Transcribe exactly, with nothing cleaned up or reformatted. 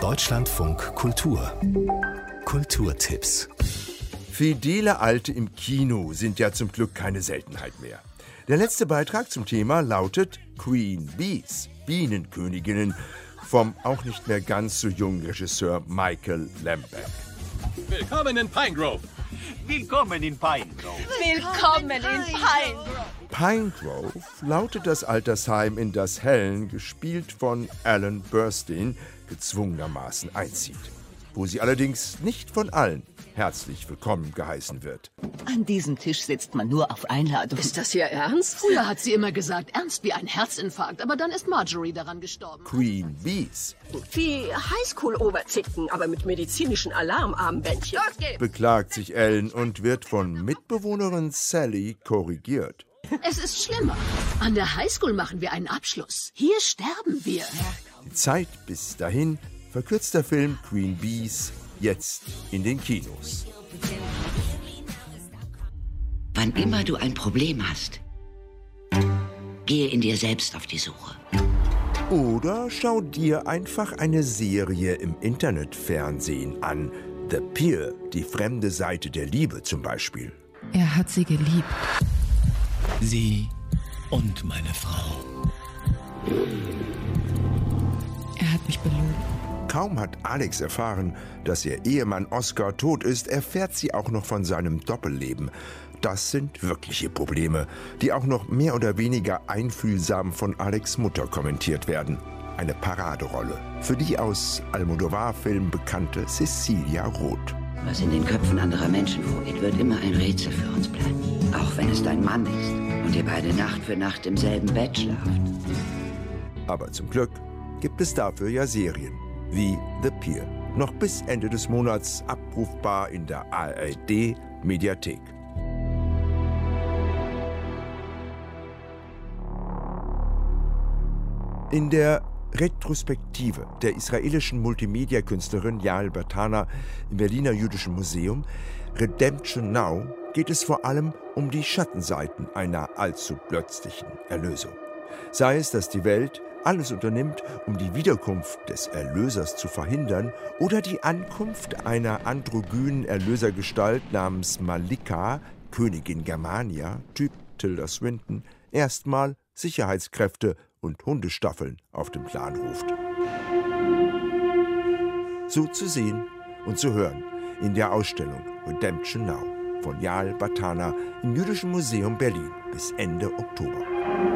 Deutschlandfunk Kultur. Kulturtipps. Fidele Alte im Kino sind ja zum Glück keine Seltenheit mehr. Der letzte Beitrag zum Thema lautet Queen Bees, Bienenköniginnen, vom auch nicht mehr ganz so jungen Regisseur Michael Lembeck. Willkommen in Pine Grove. Willkommen in Pine Grove. Willkommen in Pine Grove. Pine Grove lautet das Altersheim, in das Helen, gespielt von Ellen Burstyn, gezwungenermaßen einzieht. Wo sie allerdings nicht von allen herzlich willkommen geheißen wird. An diesem Tisch sitzt man nur auf Einladung. Ist das Ihr Ernst? Früher hat sie immer gesagt, ernst wie ein Herzinfarkt, aber dann ist Marjorie daran gestorben. Queen Bees, Wie Highschool-Overzicken, aber mit medizinischen Alarmarmbändchen. Los geht's! beklagt sich Ellen und wird von Mitbewohnerin Sally korrigiert. Es ist schlimmer. An der Highschool machen wir einen Abschluss. Hier sterben wir. Die Zeit bis dahin verkürzt der Film Queen Bees jetzt in den Kinos. Wann immer du ein Problem hast, gehe in dir selbst auf die Suche. Oder schau dir einfach eine Serie im Internetfernsehen an. The Pier, die fremde Seite der Liebe zum Beispiel. Er hat sie geliebt. Sie und meine Frau. Er hat mich belogen. Kaum hat Alex erfahren, dass ihr Ehemann Oscar tot ist, erfährt sie auch noch von seinem Doppelleben. Das sind wirkliche Probleme, die auch noch mehr oder weniger einfühlsam von Alex' Mutter kommentiert werden. Eine Paraderolle für die aus Almodovar-Filmen bekannte Cecilia Roth. Was in den Köpfen anderer Menschen vorgeht, wird immer ein Rätsel für uns bleiben. Auch wenn es dein Mann ist und ihr beide Nacht für Nacht im selben Bett schlaft. Aber zum Glück gibt es dafür ja Serien wie The Pier. Noch bis Ende des Monats abrufbar in der A R D-Mediathek. In der Retrospektive der israelischen Multimedia-Künstlerin Yael Bartana im Berliner Jüdischen Museum Redemption Now geht es vor allem um die Schattenseiten einer allzu plötzlichen Erlösung. Sei es, dass die Welt alles unternimmt, um die Wiederkunft des Erlösers zu verhindern, oder die Ankunft einer androgynen Erlösergestalt namens Malika, Königin Germania, Typ Tilda Swinton, erstmal Sicherheitskräfte und Hundestaffeln auf dem Plan ruft. So zu sehen und zu hören in der Ausstellung Redemption Now von Yael Bartana im Jüdischen Museum Berlin bis Ende Oktober.